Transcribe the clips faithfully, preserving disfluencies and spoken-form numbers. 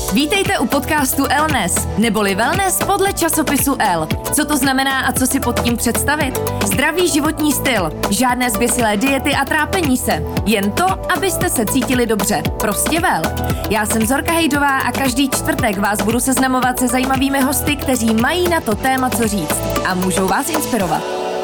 Vítejte u podcastu Elnes, neboli wellness podle časopisu El. Co to znamená a co si pod tím představit? Zdravý životní styl, žádné zběsilé diety a trápení se. Jen to, abyste se cítili dobře. Prostě vel. Já jsem Zorka Hejdová a každý čtvrtek vás budu seznamovat se zajímavými hosty, kteří mají na to téma co říct a můžou vás inspirovat.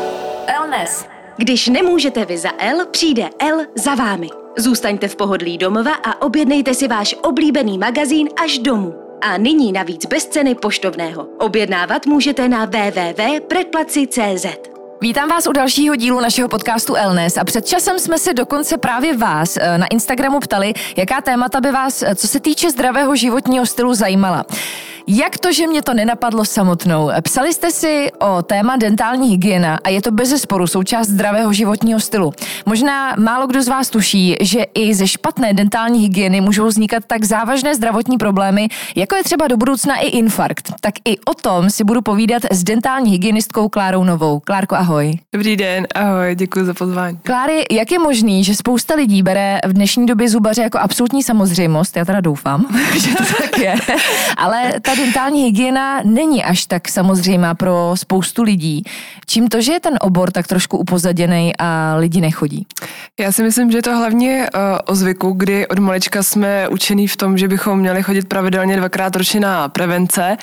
Elnes. Když nemůžete vy za El, přijde El za vámi. Zůstaňte v pohodlí domova a objednejte si váš oblíbený magazín až domů. A nyní navíc bez ceny poštovného. Objednávat můžete na w w w tečka predplaci tečka c z. Vítám vás u dalšího dílu našeho podcastu Elnes a před časem jsme se dokonce právě vás na Instagramu ptali, jaká témata by vás, co se týče zdravého životního stylu, zajímala. Jak to, že mě to nenapadlo samotnou? Psali jste si o téma dentální hygiena a je to bezesporu součást zdravého životního stylu. Možná málo kdo z vás tuší, že i ze špatné dentální hygieny můžou vznikat tak závažné zdravotní problémy, jako je třeba do budoucna i infarkt. Tak i o tom si budu povídat s dentální hygienistkou Klárou Novou. Klárko, ahoj. Dobrý den, ahoj, děkuji za pozvání. Kláry, jak je možný, že spousta lidí bere v dnešní době zubaře jako absolutní samozřejmost, já teda doufám, že to tak je, ale ta dentální hygiena není až tak samozřejmá pro spoustu lidí. Čím to, že je ten obor tak trošku upozaděnej a lidi nechodí? Já si myslím, že je to hlavně uh, o zvyku, kdy od malička jsme učení v tom, že bychom měli chodit pravidelně dvakrát ročně na prevence,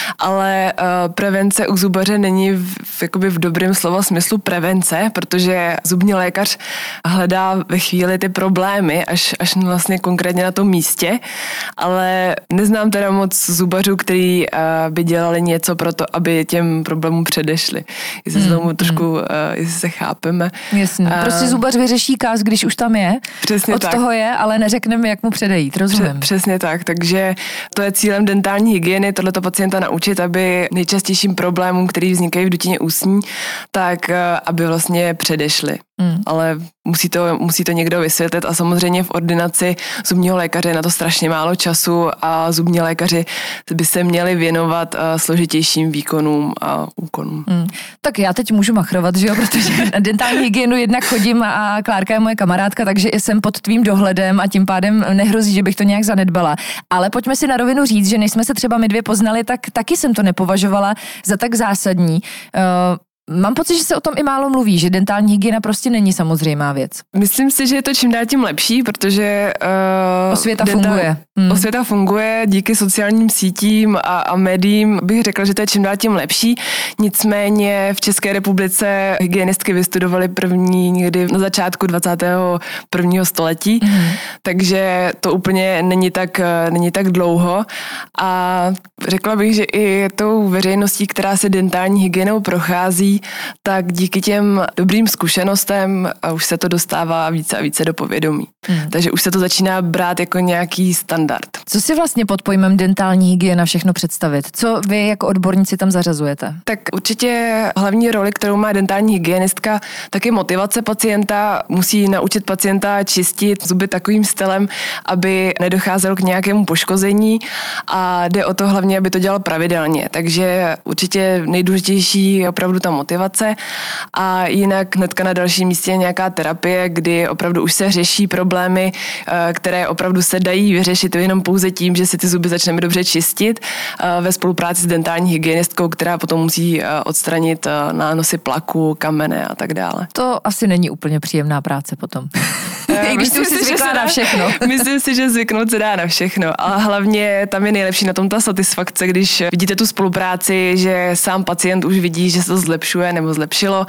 ale uh, prevence u zubaře není v, v, jakoby v dobrém slova smyslu prevence, protože zubní lékař hledá ve chvíli ty problémy, až, až vlastně konkrétně na tom místě, ale neznám teda moc zubařů, který uh, by dělali něco pro to, aby těm problémům předešli. Jestli se tomu trošku, uh, jestli se chápeme. Jasně, uh, prostě zubař vyřeší káz, když už tam je. Přesně Od tak. toho je, ale neřekneme, jak mu předejít, rozumím. Přesně tak, takže to je cílem dentální hygieny, tohleto pacienta naučit, aby nejčastějším problémům, který vznikají v dutině ústní, tak uh, aby vlastně předešli. Mm. Ale musí to, musí to někdo vysvětlit a samozřejmě v ordinaci zubního lékaře je na to strašně málo času a zubní lékaři by se měli věnovat uh, složitějším výkonům a úkonům. Mm. Tak já teď můžu machrovat, že jo, protože na dentální hygienu jednak chodím a Klárka je moje kamarádka, takže jsem pod tvým dohledem a tím pádem nehrozí, že bych to nějak zanedbala. Ale pojďme si na rovinu říct, že než jsme se třeba my dvě poznali, tak taky jsem to nepovažovala za tak zásadní. Uh, Mám pocit, že se o tom i málo mluví, že dentální hygiena prostě není samozřejmá věc. Myslím si, že je to čím dál tím lepší, protože uh, osvěta denta, funguje. Hmm. Osvěta funguje díky sociálním sítím a, a médiím. Bych řekla, že to je čím dál tím lepší. Nicméně v České republice hygienistky vystudovaly první někdy na začátku dvacátého prvního století, hmm. takže to úplně není tak, není tak dlouho. A řekla bych, že i tou veřejností, která se dentální hygienou prochází, tak díky těm dobrým zkušenostem už se to dostává více a více do povědomí. Hmm. Takže už se to začíná brát jako nějaký standard. Co si vlastně pod pojmem dentální hygiena všechno představit? Co vy jako odborníci tam zařazujete? Tak určitě hlavní roli, kterou má dentální hygienistka, tak je motivace pacienta. Musí naučit pacienta čistit zuby takovým stylem, aby nedocházelo k nějakému poškození a jde o to hlavně, aby to dělal pravidelně. Takže určitě nejdůležitější je opravdu ta motivace a jinak hnedka na dalším místě je nějaká terapie, kdy opravdu už se řeší problémy, které opravdu se dají vyřešit jenom pouze tím, že si ty zuby začneme dobře čistit ve spolupráci s dentální hygienistkou, která potom musí odstranit nánosy plaku, kamene a tak dále. To asi není úplně příjemná práce potom. I když myslím si zvykla na všechno. Myslím si, že zvyknout se dá na všechno, ale hlavně tam je nejlepší na tom ta satisfakce, když vidíte tu spolupráci, že sám pacient už vidí, že se to zlepšuje nebo zlepšilo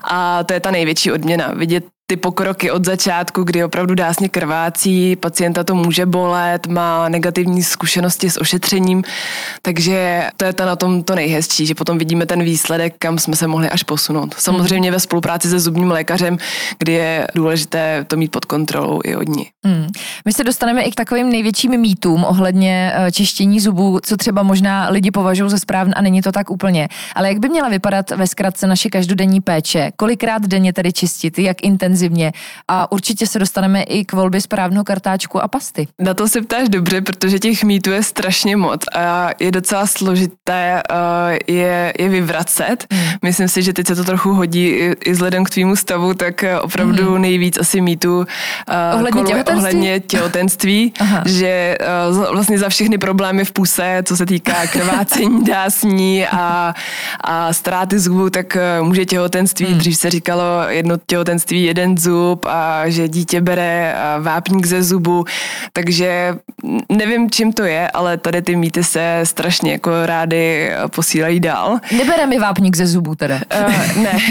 a to je ta největší odměna. Vidět ty pokroky od začátku, kdy opravdu dásně krvácí, pacienta to může bolet, má negativní zkušenosti s ošetřením, takže to je to na tom to nejhezčí, že potom vidíme ten výsledek, kam jsme se mohli až posunout. Samozřejmě ve spolupráci se zubním lékařem, kdy je důležité to mít pod kontrolou i od ní. Hmm. My se dostaneme i k takovým největším mýtům ohledně čištění zubů, co třeba možná lidi považují za správné a není to tak úplně. Ale jak by měla vypadat ve zkratce naše každodenní péče? Kolikrát denně tedy čistit? Jak intenzivně? intenzivně a určitě se dostaneme i k volbě správného kartáčku a pasty. Na to se ptáš dobře, protože těch mýtů je strašně moc a je docela složité uh, je, je vyvracet. Hmm. Myslím si, že teď se to trochu hodí i, i vzhledem k tvýmu stavu, tak opravdu hmm. nejvíc asi mýtů uh, ohledně, kolu, těhotenství? ohledně těhotenství, že uh, vlastně za všechny problémy v puse, co se týká krvácení, dásní a, a ztráty zubů, tak uh, může těhotenství, hmm. dřív se říkalo jedno těhotenství, jeden zub a že dítě bere uh, vápník ze zubu, takže nevím, čím to je, ale tady ty mýty se strašně jako rády posílají dál. Nebere mi vápník ze zubu teda. Uh, ne.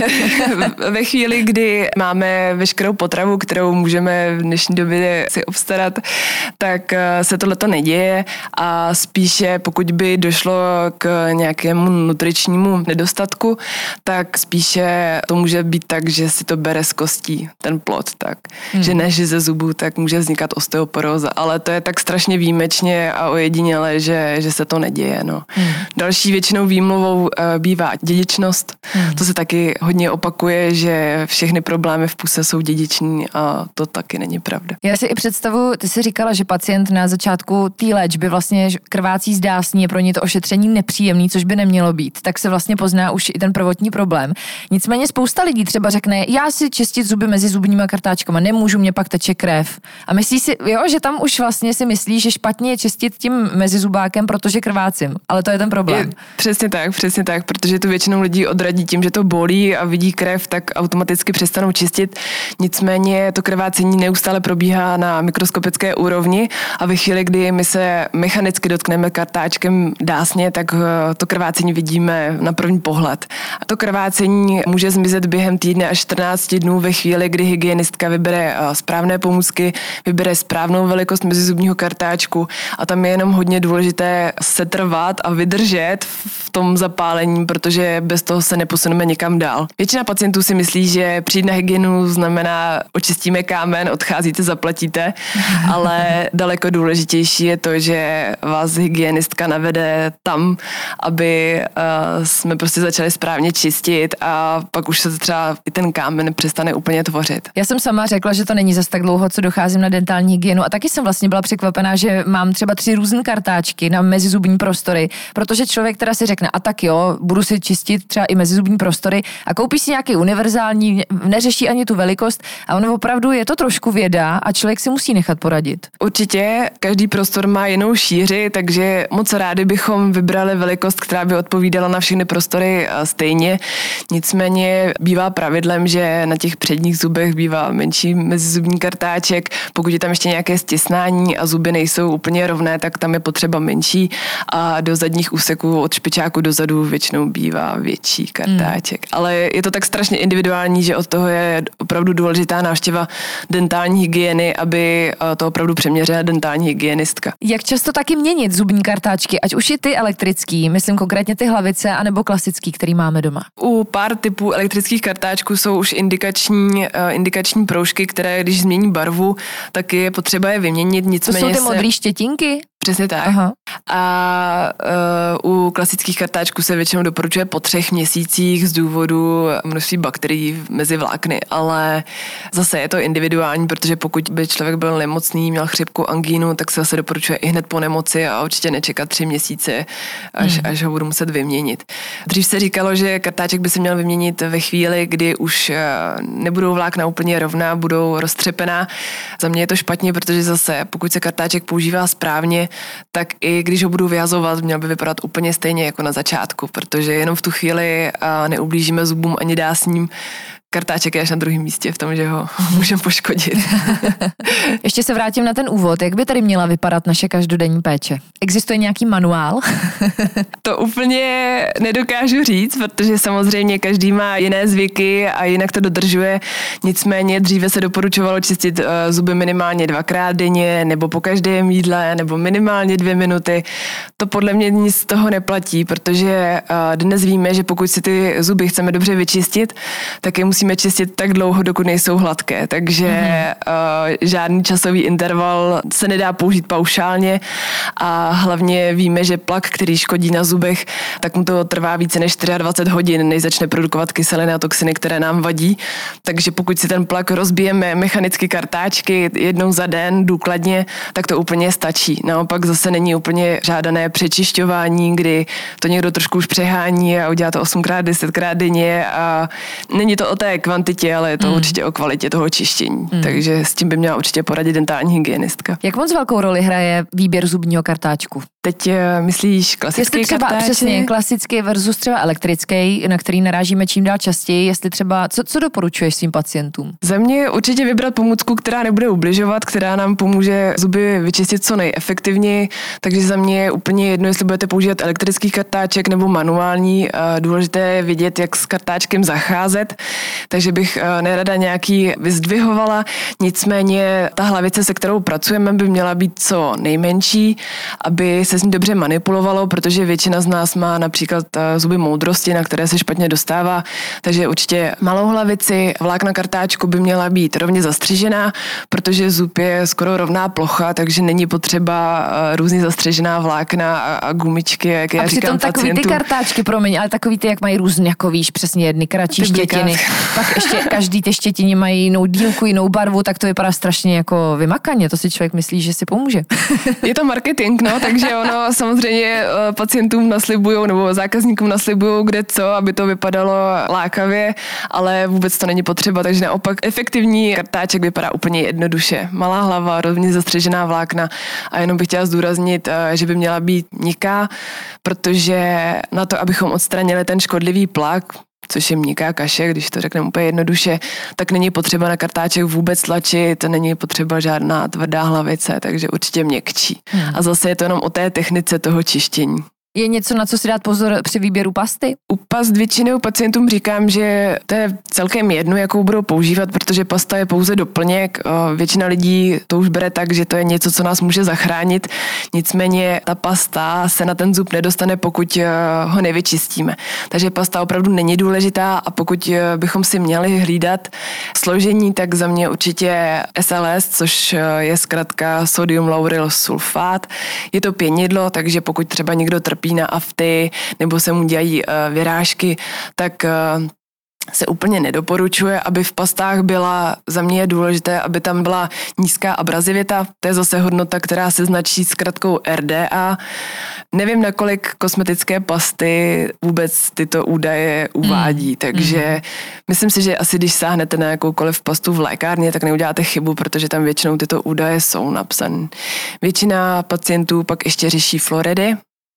Ve chvíli, kdy máme veškerou potravu, kterou můžeme v dnešní době si obstarat, tak se tohleto neděje a spíše pokud by došlo k nějakému nutričnímu nedostatku, tak spíše to může být tak, že si to bere z kostí, ten plod, tak. Hmm. Že než ze zubů, tak může vznikat osteoporóza, ale to je tak strašně výjimečně a ojedinělé, že, že se to neděje. No. Hmm. Další většinou výmluvou uh, bývá dědičnost. Hmm. To se taky hodně opakuje, že všechny problémy v puse jsou dědiční a to taky není pravda. Já si i představu, ty jsi říkala, že pacient na začátku té léčby vlastně krvácí z dásní, je pro ně to ošetření nepříjemný, což by nemělo být, tak se vlastně pozná už i ten prvotní problém. Nicméně spousta lidí třeba řekne, já si čistit zuby mezi zubníma kartáčkama nemůžu, mě pak teče krev. A myslí si, jo, že tam už vlastně si myslí, že špatně je čistit tím mezizubákem, protože krvácím, ale to je ten problém. Je, přesně tak, přesně tak, protože tu většinou lidí odradí tím, že to bolí a vidí krev, tak automaticky přestanou čistit. Nicméně to krvácení neustále probíhá na mikroskopické úrovni a ve chvíli, kdy my se mechanicky dotkneme kartáčkem dásně, tak to krvácení vidíme na první pohled. A to krvácení může zmizet během týdne až čtrnáct dnů ve chvíli, kdy hygienistka vybere správné pomůcky, vybere správnou velikost mezizubního kartáčku a tam je jenom hodně důležité setrvat a vydržet v tom zapálení, protože bez toho se neposuneme někam dál. Většina pacientů si myslí, že přijít na hygienu znamená očistíme kámen, odcházíte, zaplatíte, ale daleko důležitější je to, že vás hygienistka navede tam, aby uh, jsme prostě začali správně čistit a pak už se třeba i ten kámen přestane úplně tvořit. Já jsem sama řekla, že to není zas tak dlouho, co docházím na dentální hygienu a taky jsem vlastně byla překvapená, že mám třeba tři různé kartáčky na mezizubní prostory, protože člověk teda si řekne, a tak jo, budu si čistit třeba i mezizubní prostory a koupí si nějaký univerzální, neřeší ani tu velikost a ono opravdu je to trošku věda a člověk si musí nechat poradit. Určitě, každý prostor má jinou šíři, takže moc rádi bychom vybrali velikost, která by odpovídala na všechny prostory stejně. Nicméně bývá pravidlem, že na těch předních zubech bývá menší mezizubní kartáček. Pokud je tam ještě nějaké stěsnání a zuby nejsou úplně rovné, tak tam je potřeba menší a do zadních úseků od špičáku dozadu většinou bývá větší kartáček. Hmm. Ale je to tak strašně individuální, že od toho je opravdu důležitá návštěva dentální hygieny, aby to opravdu přeměřila dentální hygienistka. Jak často taky měnit zubní kartáčky, ať už je ty elektrický, myslím konkrétně ty hlavice, anebo klasický, který máme doma? U pár typů elektrických kartáčků jsou už indikační, indikační proužky, které když změní barvu, tak je potřeba je vyměnit. Nicméně to jsou ty se... modrý štětinky? Přesně tak. Aha. A uh, u klasických kartáčků se většinou doporučuje po třech měsících z důvodu množství bakterií mezi vlákny, ale zase je to individuální, protože pokud by člověk byl nemocný, měl chřipku, angínu, tak se zase doporučuje i hned po nemoci a určitě nečekat tři měsíce, až, hmm. až ho budu muset vyměnit. Dřív se říkalo, že kartáček by se měl vyměnit ve chvíli, kdy už nebudou vlákna úplně rovná, budou roztřepená. Za mě je to špatně, protože zase pokud se kartáček používá správně, tak i když ho budu vyhazovat, měl by vypadat úplně stejně jako na začátku, protože jenom v tu chvíli neublížíme zubům ani dásním. Kartáček je až na druhém místě v tom, že ho můžeme poškodit. Ještě se vrátím na ten úvod. Jak by tady měla vypadat naše každodenní péče? Existuje nějaký manuál? To úplně nedokážu říct, protože samozřejmě každý má jiné zvyky a jinak to dodržuje. Nicméně dříve se doporučovalo čistit zuby minimálně dvakrát denně, nebo po každém jídle, nebo minimálně dvě minuty. To podle mě nic z toho neplatí, protože dnes víme, že pokud si ty zuby chceme dobře vyčistit, tak je musíme musíme čistit tak dlouho, dokud nejsou hladké, takže mm-hmm. uh, žádný časový interval se nedá použít paušálně a hlavně víme, že plak, který škodí na zubech, tak mu to trvá více než dvacet čtyři hodin, než začne produkovat kyseliny a toxiny, které nám vadí. Takže pokud si ten plak rozbijeme mechanicky kartáčky jednou za den důkladně, tak to úplně stačí. Naopak zase není úplně žádané přečišťování, kdy to někdo trošku už přehání a udělá to osmkrát, desetkrát denně a není to o té kvantitě, ale je to mm. určitě o kvalitě toho čištění. Mm. Takže s tím by měla určitě poradit dentální hygienistka. Jak moc velkou roli hraje výběr zubního kartáčku? Teď myslíš klasický třeba, kartáček? Přesně, klasický versus třeba elektrický, na který narážíme čím dál častěji, jestli třeba, co, co doporučuješ svým pacientům? Za mě určitě vybrat pomůcku, která nebude ubližovat, která nám pomůže zuby vyčistit co nejefektivněji, takže za mě je úplně jedno, jestli budete používat elektrický kartáček nebo manuální. Důležité je vědět, jak s kartáčkem zacházet, takže bych nerada nějaký vyzdvihovala, nicméně ta hlavice, se kterou pracujeme, by měla být co nejmenší, aby se s ní dobře manipulovalo, protože většina z nás má například zuby moudrosti, na které se špatně dostává, takže určitě malou hlavici. Vlákna kartáčku by měla být rovně zastřižená, protože zub je skoro rovná plocha, takže není potřeba různě zastřižená vlákna a, a gumičky, jak já a říkám pacientům. A přitom takový ty kartáčky, promiň, ale takový ty, jak mají různě, jako víš, přesně jedny kratší štětiny. Pak ještě každý ty štětiny mají jinou dílku, jinou barvu, tak to vypadá strašně jako vymakaně. To si člověk myslí, že si pomůže. Je to marketing, no, takže ono samozřejmě pacientům naslibujou nebo zákazníkům naslibujou kde co, aby to vypadalo lákavě, ale vůbec to není potřeba, takže naopak efektivní kartáček vypadá úplně jednoduše. Malá hlava, rovně zastřižená vlákna a jenom bych chtěla zdůraznit, že by měla být měkká, protože na to, abychom odstranili ten škodlivý plak, což je měkká kaše, když to řekneme úplně jednoduše, tak není potřeba na kartáček vůbec tlačit, není potřeba žádná tvrdá hlavice, takže určitě měkčí. Hmm. A zase je to jenom o té technice toho čištění. Je něco, na co si dát pozor při výběru pasty? U past většinou pacientům říkám, že to je celkem jedno, jakou budou používat, protože pasta je pouze doplněk. Většina lidí to už bere tak, že to je něco, co nás může zachránit. Nicméně ta pasta se na ten zub nedostane, pokud ho nevyčistíme. Takže pasta opravdu není důležitá a pokud bychom si měli hlídat složení, tak za mě určitě S L S, což je zkratka sodium lauryl sulfát. Je to pěnidlo, takže pokud třeba někdo trpí na afty nebo se mu dělají uh, vyrážky, tak uh, se úplně nedoporučuje, aby v pastách byla, za mě je důležité, aby tam byla nízká abrazivita, to je zase hodnota, která se značí zkratkou R D A. Nevím, nakolik kosmetické pasty vůbec tyto údaje uvádí, mm. takže mm. myslím si, že asi když sáhnete na jakoukoliv pastu v lékárně, tak neuděláte chybu, protože tam většinou tyto údaje jsou napsané. Většina pacientů pak ještě řeší fluoridy,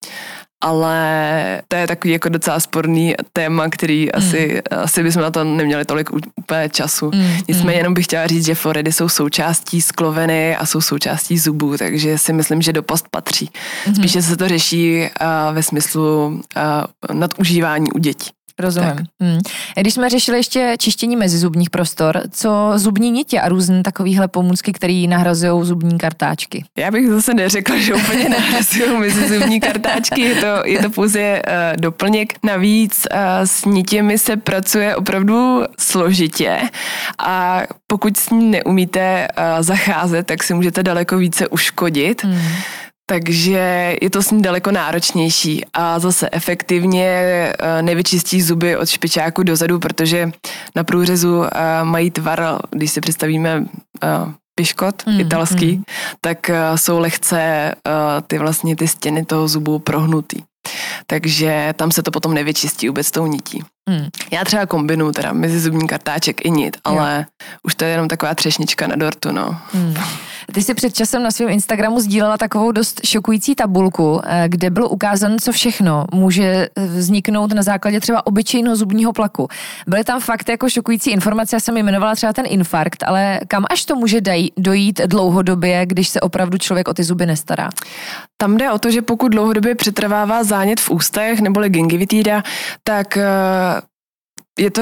ale to je takový jako docela sporný téma, který mm. asi, asi bychom na to neměli tolik úplně času. Mm. Nicméně jenom bych chtěla říct, že fluoridy jsou součástí skloviny a jsou součástí zubů, takže si myslím, že do past patří. Mm. Spíše se to řeší uh, ve smyslu uh, nadužívání u dětí. Rozumím. Hmm. Když jsme řešili ještě čištění mezizubních prostor, co zubní nitě a různé takovýhle pomůcky, které nahrazují zubní kartáčky? Já bych zase neřekla, že úplně nahrazují mezizubní kartáčky, je to, je to pouze uh, doplněk. Navíc uh, s nitěmi se pracuje opravdu složitě a pokud s ní neumíte uh, zacházet, tak si můžete daleko více uškodit. Hmm. Takže je to s ní daleko náročnější a zase efektivně nevyčistí zuby od špičáku dozadu, protože na průřezu mají tvar, když si představíme piškot mm, italský, mm. tak jsou lehce ty vlastně ty stěny toho zubu prohnutý. Takže tam se to potom nevyčistí vůbec tou nití. Mm. Já třeba kombinuju teda mezizubní kartáček i nit, ale jo. už to je jenom taková třešnička na dortu, no. Mm. Ty jsi před časem na svém Instagramu sdílela takovou dost šokující tabulku, kde bylo ukázáno, co všechno může vzniknout na základě třeba obyčejného zubního plaku. Byly tam fakt jako šokující informace, já jsem jmenovala třeba ten infarkt, ale kam až to může dojít dlouhodobě, když se opravdu člověk o ty zuby nestará? Tam jde o to, že pokud dlouhodobě přetrvává zánět v ústech neboli gingivitída, tak je to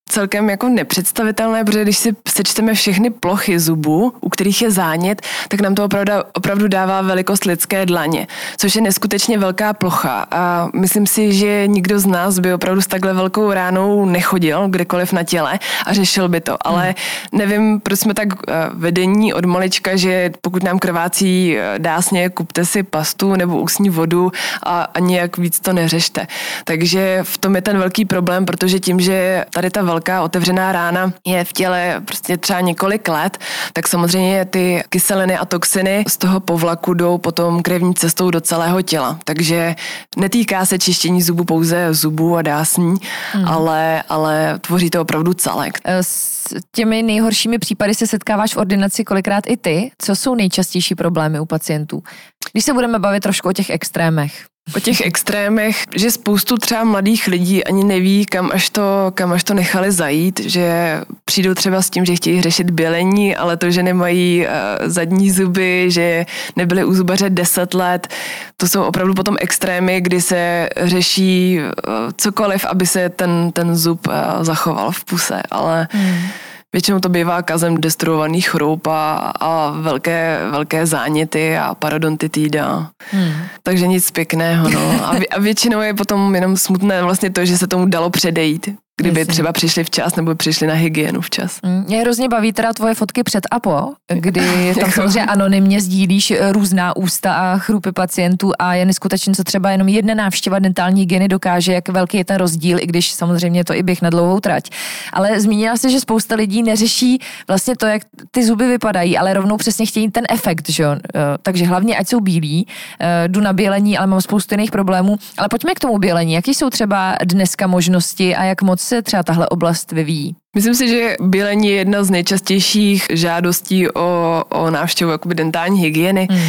celkem jako nepředstavitelné, protože když si sečteme všechny plochy zubů, u kterých je zánět, tak nám to opravdu, opravdu dává velikost lidské dlaně, což je neskutečně velká plocha a myslím si, že nikdo z nás by opravdu s takhle velkou ránou nechodil kdekoliv na těle a řešil by to, ale nevím, proč jsme tak vedení od malička, že pokud nám krvácí dásně, kupte si pastu nebo ústní vodu a, a nijak víc to neřešte. Takže v tom je ten velký problém, protože tím, že tady ta velká otevřená rána je v těle prostě třeba několik let, tak samozřejmě ty kyseliny a toxiny z toho povlaku jdou potom krevní cestou do celého těla. Takže netýká se čištění zubů pouze zubů a dásní, mm. ale, ale tvoří to opravdu celek. S těmi nejhoršími případy se setkáváš v ordinaci kolikrát i ty. Co jsou nejčastější problémy u pacientů? Když se budeme bavit trošku o těch extrémech. O těch extrémech, že spoustu třeba mladých lidí ani neví, kam až to, kam až to nechali zajít, že přijdou třeba s tím, že chtějí řešit bělení, ale to, že nemají uh, zadní zuby, že nebyli u zubaře deset let, to jsou opravdu potom extrémy, kdy se řeší uh, cokoliv, aby se ten, ten zub uh, zachoval v puse, ale hmm. většinou to bývá kazem destruovaných chorob a, a velké, velké záněty a parodontitída. Hmm. Takže nic pěkného. No. A, vě, a většinou je potom jenom smutné vlastně to, že se tomu dalo předejít. Kdyby třeba přišli včas nebo přišli na hygienu včas. Mě hrozně baví teda tvoje fotky před a po, kdy tam samozřejmě anonymně sdílíš různá ústa a chrupy pacientů a je neskutečně, co třeba jenom jedna návštěva dentální hygieny dokáže, jak velký je ten rozdíl, i když samozřejmě to i běh na dlouhou trať. Ale zmínila jsi, že spousta lidí neřeší vlastně to, jak ty zuby vypadají, ale rovnou přesně chtějí ten efekt, že jo. Takže hlavně, ať jsou bílí, jdu na bělení, ale mám spoustu jiných problémů. Ale pojďme k tomu bělení. Jaký jsou třeba dneska možnosti a jak moc se třeba tahle oblast vyvíjí? Myslím si, že bělení je jedna z nejčastějších žádostí o, o návštěvu jakoby dentální hygieny mm.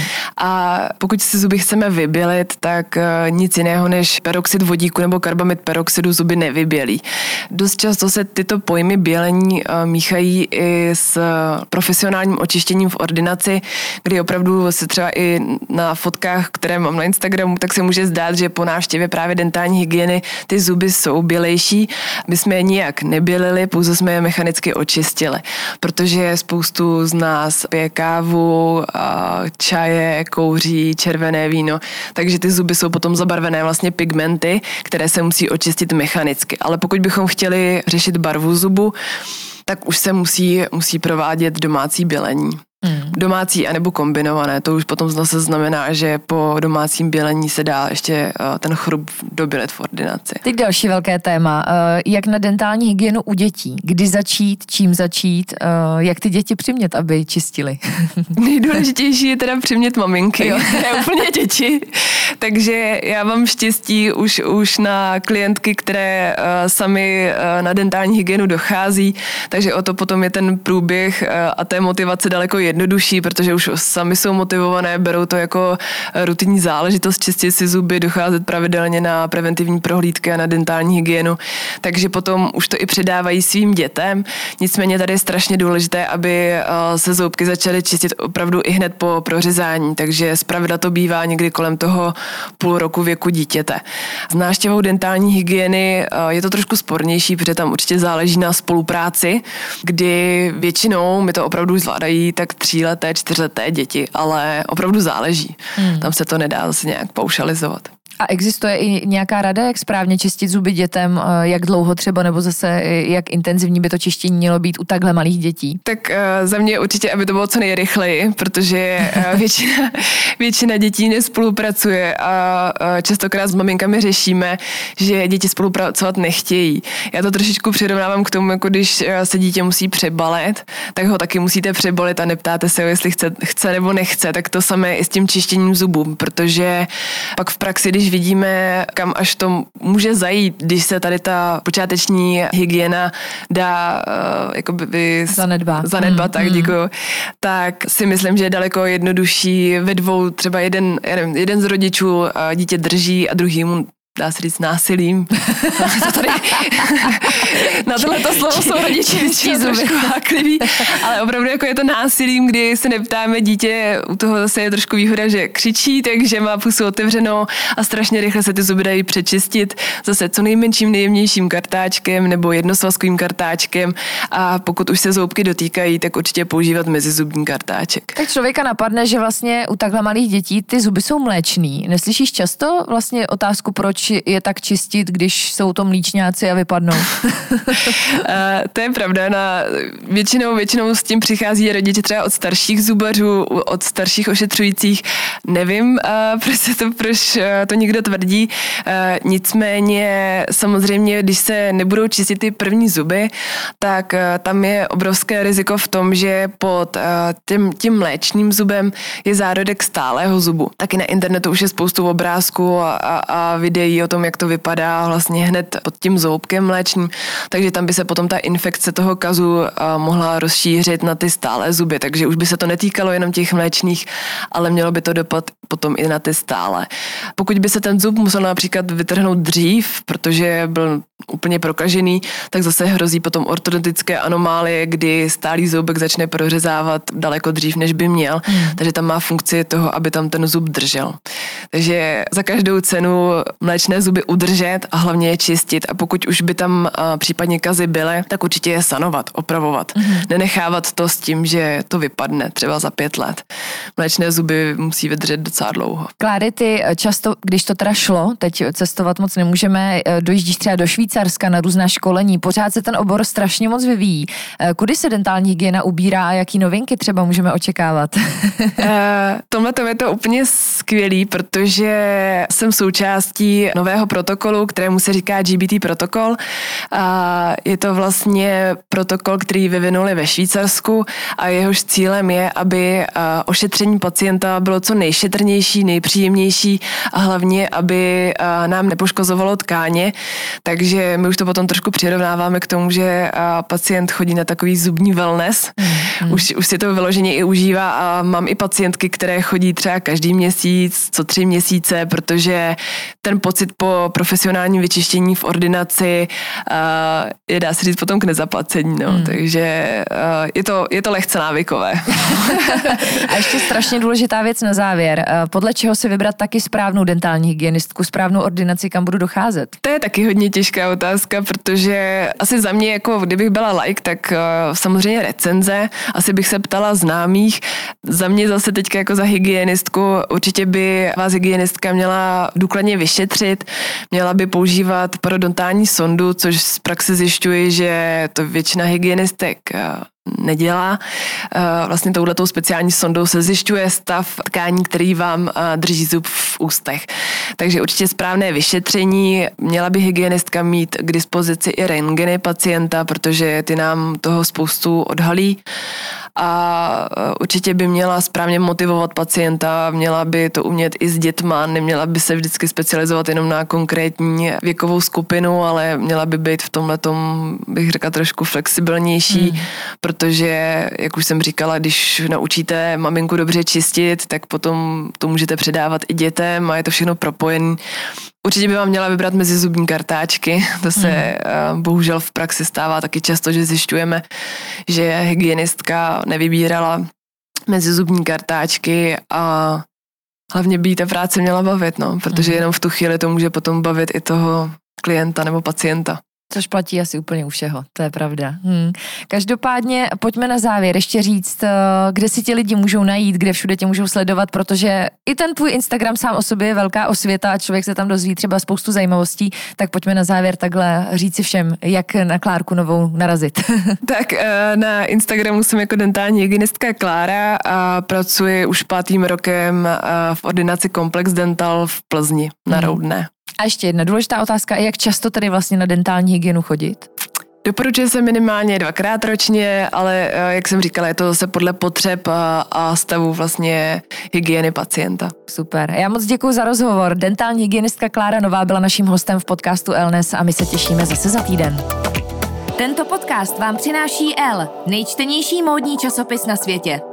a pokud si zuby chceme vybělit, tak nic jiného než peroxid vodíku nebo karbamid peroxidu zuby nevybělí. Dost často se tyto pojmy bělení míchají i s profesionálním očištěním v ordinaci, kdy opravdu se třeba i na fotkách, které mám na Instagramu, tak se může zdát, že po návštěvě právě dentální hygieny ty zuby jsou bělejší. My jsme je nijak nebělili, pouze jsme je mechanicky očistili, protože spoustu z nás pije kávu, čaje, kouří, červené víno, takže ty zuby jsou potom zabarvené vlastně pigmenty, které se musí očistit mechanicky. Ale pokud bychom chtěli řešit barvu zubu, tak už se musí, musí provádět domácí bělení. Hmm. Domácí anebo kombinované, to už potom zase znamená, že po domácím bělení se dá ještě ten chrup dobělit v ordinaci. Teď další velké téma, jak na dentální hygienu u dětí, kdy začít, čím začít, jak ty děti přimět, aby čistili? Nejdůležitější je teda přimět maminky, jo. Ne úplně děti. Takže já mám štěstí už, už na klientky, které uh, sami uh, na dentální hygienu dochází, takže o to potom je ten průběh uh, a té motivace daleko jednodušší, protože už sami jsou motivované, berou to jako rutinní záležitost, čistit si zuby, docházet pravidelně na preventivní prohlídky a na dentální hygienu, takže potom už to i předávají svým dětem. Nicméně tady je strašně důležité, aby uh, se zubky začaly čistit opravdu i hned po prořezání, takže zpravidla to bývá někdy kolem toho půl roku věku dítěte. S návštěvou dentální hygieny je to trošku spornější, protože tam určitě záleží na spolupráci, kdy většinou mi to opravdu zvládají tak tříleté, čtyřleté děti, ale opravdu záleží. Hmm. Tam se to nedá zase nějak paušalizovat. A existuje i nějaká rada, jak správně čistit zuby dětem, jak dlouho třeba, nebo zase jak intenzivní by to čištění mělo být u takhle malých dětí? Tak uh, za mě určitě, aby to bylo co nejrychleji, protože uh, většina, většina dětí nespolupracuje a uh, častokrát s maminkami řešíme, že děti spolupracovat nechtějí. Já to trošičku přirovnávám k tomu, jako když uh, se dítě musí přebalit, tak ho taky musíte přebalit a neptáte se ho, jestli chce, chce nebo nechce, tak to samé i s tím čištěním zubů, protože pak v praxi, když vidíme, kam až to může zajít, když se tady ta počáteční hygiena dá uh, jakoby zanedbat, zanedbat mm, tak mm. děkuju, tak si myslím, že je daleko jednodušší ve dvou, třeba jeden, jeden z rodičů dítě drží a druhý mu dá se říct, násilím. to tady, na tohleto slovo jsou rodiče většinou trošku hákliví, ale opravdu jako je to násilím, kdy se neptáme dítě, u toho zase je trošku výhoda, že křičí, takže má pusu otevřenou a strašně rychle se ty zuby dají přečistit zase co nejmenším, nejjemnějším kartáčkem nebo jednosvazkovým kartáčkem a pokud už se zoubky dotýkají, tak určitě používat mezizubní kartáček. Tak člověka napadne, že vlastně u takhle malých dětí ty zuby jsou mléčný. Neslyšíš často vlastně otázku, proč je tak čistit, když jsou to mlíčňáci a vypadnou? a, to je pravda. Na, většinou, většinou s tím přichází rodiče třeba od starších zubařů, od starších ošetřujících. Nevím, a, proč, to, proč to někdo tvrdí. A, nicméně samozřejmě, když se nebudou čistit ty první zuby, tak a, tam je obrovské riziko v tom, že pod a, tím, tím mléčným zubem je zárodek stálého zubu. Taky na internetu už je spoustu obrázků a, a, a videí o tom, jak to vypadá vlastně hned pod tím zoubkem mléčným, takže tam by se potom ta infekce toho kazu a, mohla rozšířit na ty stálé zuby, takže už by se to netýkalo jenom těch mléčných, ale mělo by to dopad potom i na ty stále. Pokud by se ten zub musel například vytrhnout dřív, protože byl úplně prokažený, tak zase hrozí potom ortodontické anomálie, kdy stálý zoubek začne prořezávat daleko dřív, než by měl, hmm. takže tam má funkci toho, aby tam ten zub držel. Takže za každou cenu mléčné zuby udržet a hlavně je čistit a pokud už by tam a, případně kazy byly, tak určitě je sanovat, opravovat. Hmm. Nenechávat to s tím, že to vypadne třeba za pět let. Mléčné zuby musí vydržet docela dlouho. Kláry, ty často, když to teda šlo, teď cestovat moc nemůžeme, dojíždíš třeba do Švýcarska na různá školení, pořád se ten obor strašně moc vyvíjí. Kudy se dentální hygiena ubírá a jaký novinky třeba můžeme očekávat? uh, Tomhle to je to úplně skvělý, protože jsem součástí nového protokolu, kterému se říká G B T protokol. A je to vlastně protokol, který vyvinuli ve Švýcarsku a jehož cílem je, aby ošetření pacienta bylo co nejšetrnější, nejpříjemnější a hlavně, aby nám nepoškozovalo tkáně. Takže my už to potom trošku přirovnáváme k tomu, že pacient chodí na takový zubní wellness. Mm. Už, už si to vyloženě i užívá a mám i pacientky, které chodí třeba každý měsíc, co tři měsíce, protože ten pocit po profesionálním vyčištění v ordinaci uh, je, dá se říct, potom k nezaplacení. No. Mm. Takže uh, je, to, je to lehce návykové. A ještě strašně důležitá věc na závěr. Podle čeho si vybrat taky správnou dentální hygienistku, správnou ordinaci, kam budu docházet? To je taky hodně těžká otázka, protože asi za mě, jako kdybych byla like, tak uh, samozřejmě recenze, asi bych se ptala známých. Za mě zase teďka jako za hygienistku určitě by vás hygienistka měla důkladně vyšetřit, měla by používat parodontální sondu, což z praxe zjišťuji, že to většina hygienistek nedělá. Vlastně touhletou speciální sondou se zjišťuje stav tkání, který vám drží zub v ústech. Takže určitě správné vyšetření. Měla by hygienistka mít k dispozici i rentgeny pacienta, protože ty nám toho spoustu odhalí. A určitě by měla správně motivovat pacienta, měla by to umět i s dětma, neměla by se vždycky specializovat jenom na konkrétní věkovou skupinu, ale měla by být v tomhletom, bych řekla, trošku flexibilnější, hmm. protože, jak už jsem říkala, když naučíte maminku dobře čistit, tak potom to můžete předávat i dětem a je to všechno propojené. Určitě by vám měla vybrat mezizubní kartáčky, to se mm. bohužel v praxi stává taky často, že zjišťujeme, že hygienistka nevybírala mezizubní kartáčky a hlavně by jí ta práce měla bavit, no, protože mm. jenom v tu chvíli to může potom bavit i toho klienta nebo pacienta. Což platí asi úplně u všeho, to je pravda. Hmm. Každopádně pojďme na závěr ještě říct, kde si ti lidi můžou najít, kde všude tě můžou sledovat, protože i ten tvůj Instagram sám o sobě je velká osvěta a člověk se tam dozví třeba spoustu zajímavostí, tak pojďme na závěr takhle říci všem, jak na Klárku Novou narazit. Tak na Instagramu jsem jako dentální hygienistka Klára a pracuji už pátým rokem v ordinaci Komplex Dental v Plzni na hmm. Roudné. A ještě jedna důležitá otázka, jak často tady vlastně na dentální hygienu chodit? Doporučuje se minimálně dvakrát ročně, ale jak jsem říkala, je to zase podle potřeb a, a stavu vlastně hygieny pacienta. Super. Já moc děkuji za rozhovor. Dentální hygienistka Klára Nová byla naším hostem v podcastu Elnes a my se těšíme zase za týden. Tento podcast vám přináší Elle, nejčtenější módní časopis na světě.